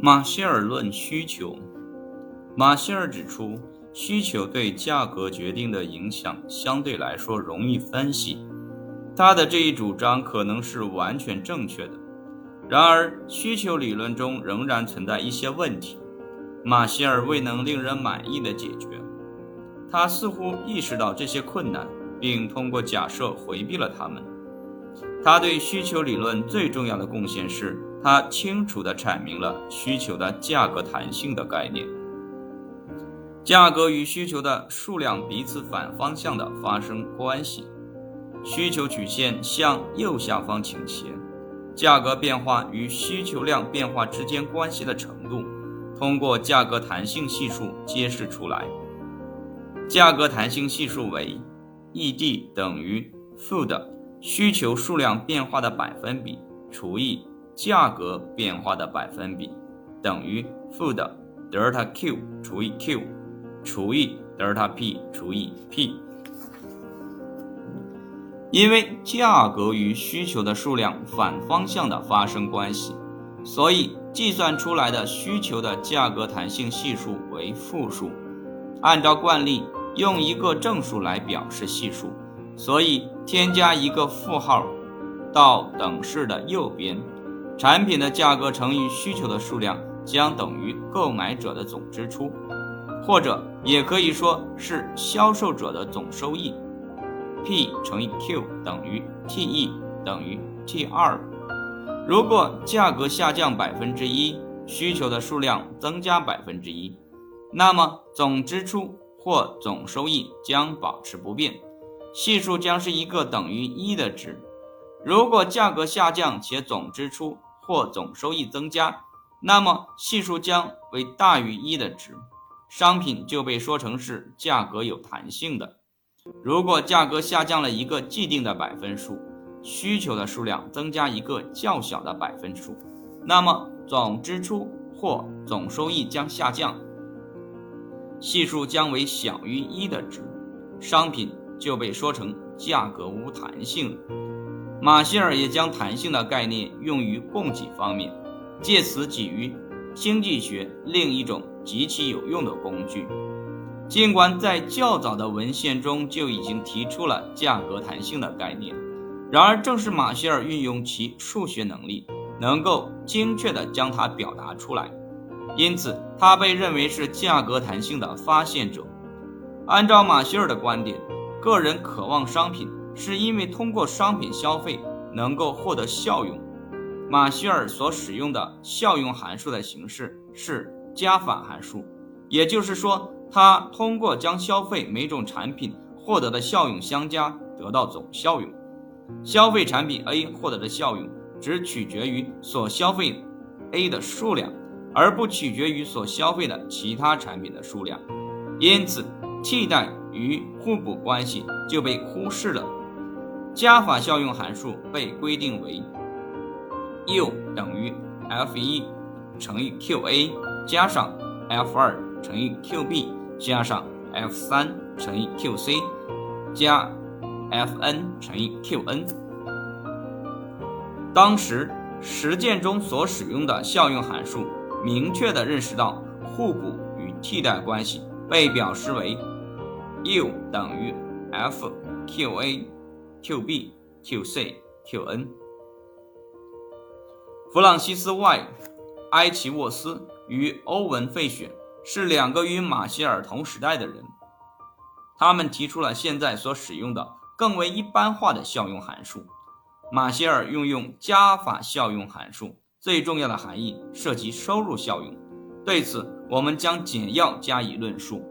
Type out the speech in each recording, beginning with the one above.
马歇尔论需求。马歇尔指出，需求对价格决定的影响相对来说容易分析，他的这一主张可能是完全正确的。然而，需求理论中仍然存在一些问题，马歇尔未能令人满意的解决。他似乎意识到这些困难，并通过假设回避了它们。他对需求理论最重要的贡献是，他清楚地阐明了需求的价格弹性的概念。价格与需求的数量彼此反方向地发生关系，需求曲线向右下方倾斜，价格变化与需求量变化之间关系的程度，通过价格弹性系数揭示出来。价格弹性系数为 ED 等于负的需求数量变化的百分比除以价格变化的百分比，等于负的德尔塔 Q 除以 Q 除以德尔塔 P 除以 P。 因为价格与需求的数量反方向的发生关系，所以计算出来的需求的价格弹性系数为负数。按照惯例，用一个正数来表示系数，所以添加一个负号到等式的右边，产品的价格乘以需求的数量将等于购买者的总支出，或者也可以说是销售者的总收益。 P 乘以 Q 等于 TE 等于 T2。 如果价格下降 1%， 需求的数量增加 1%， 那么总支出或总收益将保持不变，系数将是一个等于1的值。如果价格下降且总支出或总收益增加，那么系数将为大于1的值，商品就被说成是价格有弹性的。如果价格下降了一个既定的百分数，需求的数量增加一个较小的百分数，那么总支出或总收益将下降，系数将为小于1的值，商品就被说成价格无弹性。马歇尔也将弹性的概念用于供给方面，借此给予经济学另一种极其有用的工具。尽管在较早的文献中就已经提出了价格弹性的概念，然而正是马歇尔运用其数学能力，能够精确地将它表达出来，因此他被认为是价格弹性的发现者。按照马歇尔的观点，个人渴望商品是因为通过商品消费能够获得效用。马歇尔所使用的效用函数的形式是加法函数，也就是说，他通过将消费每种产品获得的效用相加，得到总效用。消费产品 A 获得的效用只取决于所消费 A 的数量，而不取决于所消费的其他产品的数量，因此替代与互补关系就被忽视了。加法效用函数被规定为 U 等于 F1 乘以 QA 加上 F2 乘以 QB 加上 F3 乘以 QC 加 Fn 乘以 Qn。 当时实践中所使用的效用函数明确地认识到互补与替代关系，被表示为 U 等于 F QA QB QC QN。 弗朗西斯 Y 埃奇沃斯与欧文费雪是两个与马歇尔同时代的人，他们提出了现在所使用的更为一般化的效用函数。马歇尔运用加法效用函数，最重要的含义涉及收入效用，对此我们将简要加以论述。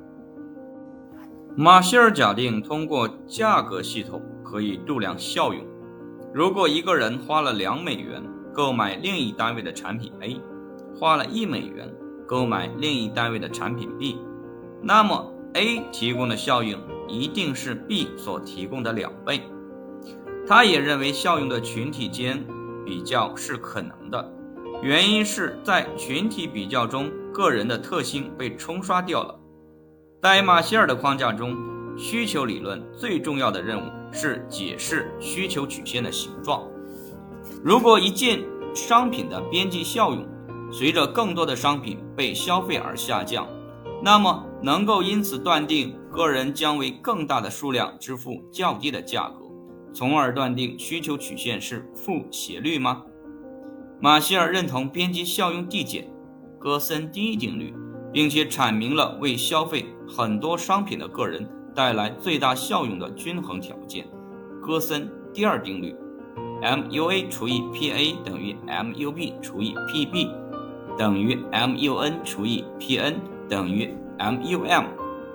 马歇尔假定通过价格系统可以度量效用。如果一个人花了2美元购买另一单位的产品 A， 花了1美元购买另一单位的产品 B， 那么 A 提供的效用一定是 B 所提供的2倍。他也认为效用的群体间比较是可能的，原因是在群体比较中，个人的特性被冲刷掉了。在马歇尔的框架中，需求理论最重要的任务是解释需求曲线的形状。如果一件商品的边际效用随着更多的商品被消费而下降，那么能够因此断定个人将为更大的数量支付较低的价格，从而断定需求曲线是负斜率吗？马歇尔认同边际效用递减、戈森第一定律，并且阐明了为消费很多商品的个人带来最大效用的均衡条件，戈森第二定律 MUA 除以 PA 等于 MUB 除以 PB 等于 MUN 除以 PN 等于 MUM。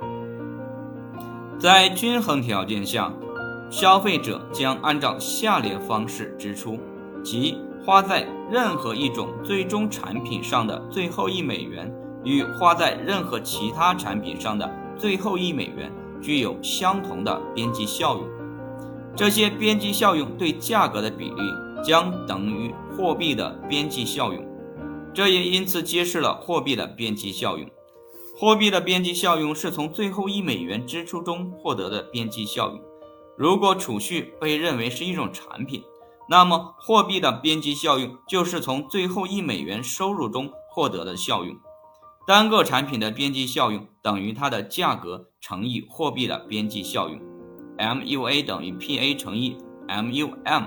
在均衡条件下，消费者将按照下列方式支出，即花在任何一种最终产品上的最后$1与花在任何其他产品上的最后$1具有相同的边际效用。这些边际效用对价格的比例将等于货币的边际效用，这也因此揭示了货币的边际效用。货币的边际效用是从最后$1支出中获得的边际效用。如果储蓄被认为是一种产品，那么货币的边际效用就是从最后$1收入中获得的效用。单个产品的边际效用等于它的价格乘以货币的边际效用 ，MUA 等于 PA 乘以 MUM。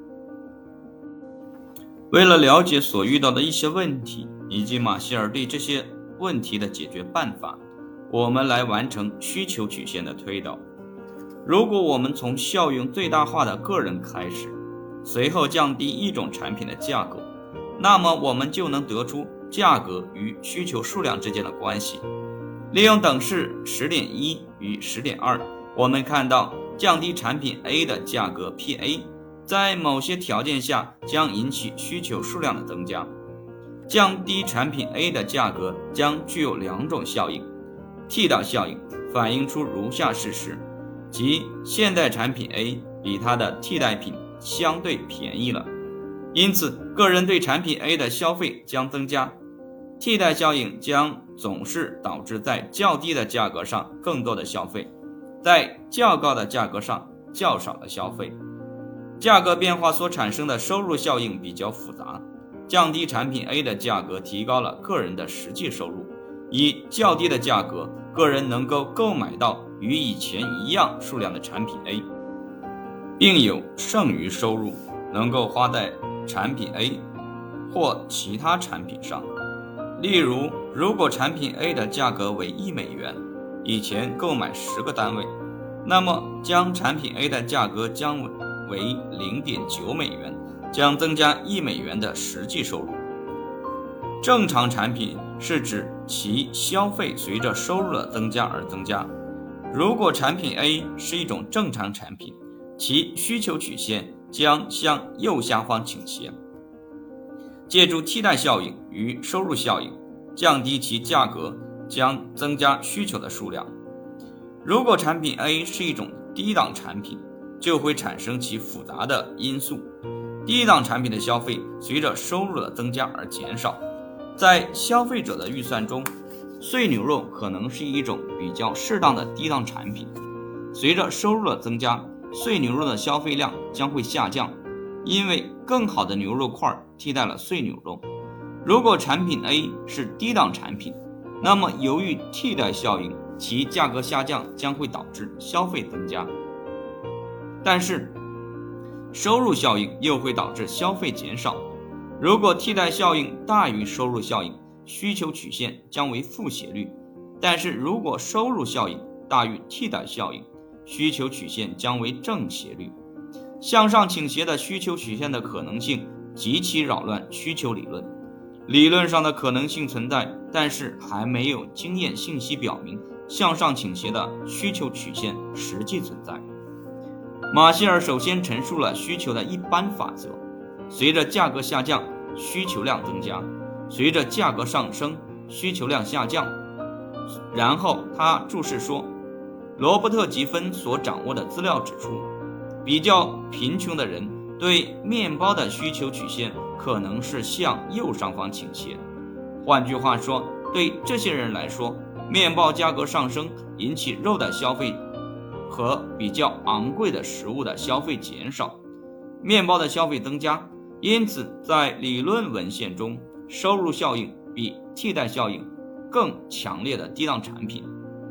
为了了解所遇到的一些问题以及马歇尔对这些问题的解决办法，我们来完成需求曲线的推导。如果我们从效用最大化的个人开始，随后降低一种产品的价格，那么我们就能得出价格与需求数量之间的关系。利用等式 10.1 与 10.2， 我们看到降低产品 A 的价格 PA 在某些条件下将引起需求数量的增加。降低产品 A 的价格将具有两种效应。替代效应反映出如下事实，即现在产品 A 比它的替代品相对便宜了，因此个人对产品 A 的消费将增加。替代效应将总是导致在较低的价格上更多的消费，在较高的价格上较少的消费。价格变化所产生的收入效应比较复杂，降低产品 A 的价格提高了个人的实际收入，以较低的价格，个人能够购买到与以前一样数量的产品 A， 并有剩余收入能够花在产品 A 或其他产品上。例如，如果产品 A 的价格为$1，以前购买10个单位，那么将产品 A 的价格将为$0.9，将增加$1的实际收入。正常产品是指其消费随着收入的增加而增加。如果产品 A 是一种正常产品，其需求曲线将向右下方倾斜。借助替代效应与收入效应，降低其价格将增加需求的数量。如果产品 A 是一种低档产品，就会产生其复杂的因素。低档产品的消费随着收入的增加而减少。在消费者的预算中，碎牛肉可能是一种比较适当的低档产品。随着收入的增加，碎牛肉的消费量将会下降，因为更好的牛肉块替代了碎牛肉。如果产品 A 是低档产品，那么由于替代效应，其价格下降将会导致消费增加。但是收入效应又会导致消费减少。如果替代效应大于收入效应，需求曲线将为负斜率；但是如果收入效应大于替代效应，需求曲线将为正斜率。向上倾斜的需求曲线的可能性极其扰乱需求理论。理论上的可能性存在，但是还没有经验信息表明向上倾斜的需求曲线实际存在。马歇尔首先陈述了需求的一般法则：随着价格下降，需求量增加；随着价格上升，需求量下降。然后他注释说，罗伯特·吉芬所掌握的资料指出，比较贫穷的人对面包的需求曲线可能是向右上方倾斜。换句话说，对这些人来说，面包价格上升引起肉的消费和比较昂贵的食物的消费减少，面包的消费增加。因此在理论文献中， 收入效应比替代效应更强烈的低档产品，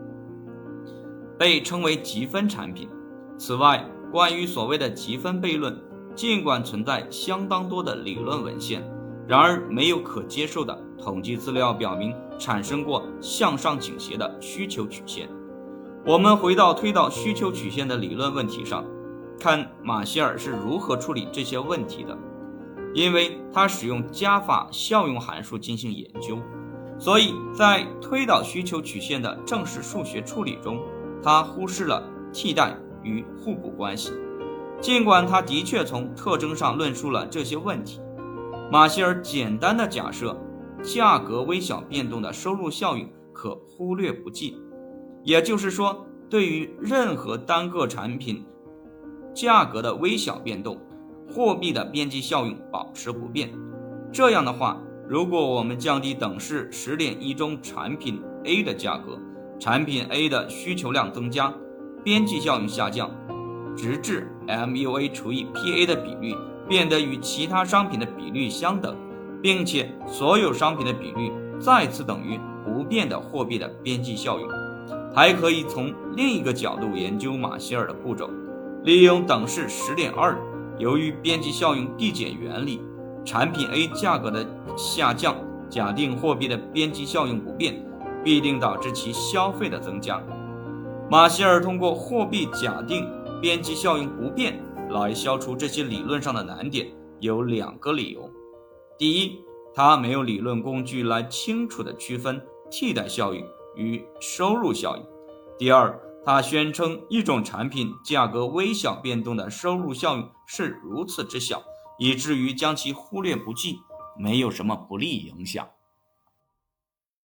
被称为积分产品。此外，关于所谓的积分悖论，尽管存在相当多的理论文献，然而没有可接受的统计资料表明产生过向上倾斜的需求曲线。我们回到推导需求曲线的理论问题上，看马歇尔是如何处理这些问题的。因为他使用加法效用函数进行研究，所以在推导需求曲线的正式数学处理中，他忽视了替代与互补关系。尽管他的确从特征上论述了这些问题，马歇尔简单的假设价格微小变动的收入效应可忽略不计，也就是说，对于任何单个产品价格的微小变动，货币的边际效应保持不变。这样的话，如果我们降低等式10.1中产品 A 的价格，产品 A 的需求量增加，边际效应下降，直至 MUA 除以 PA 的比率变得与其他商品的比率相等，并且所有商品的比率再次等于不变的货币的边际效应。还可以从另一个角度研究马歇尔的步骤，利用等式10.2，由于边际效应递减原理，产品 A 价格的下降，假定货币的边际效应不变，必定导致其消费的增加。马歇尔通过货币假定边际效应不变来消除这些理论上的难点，有2个理由。第一，他没有理论工具来清楚地区分替代效应与收入效应。第二，他宣称一种产品价格微小变动的收入效应是如此之小，以至于将其忽略不计，没有什么不利影响。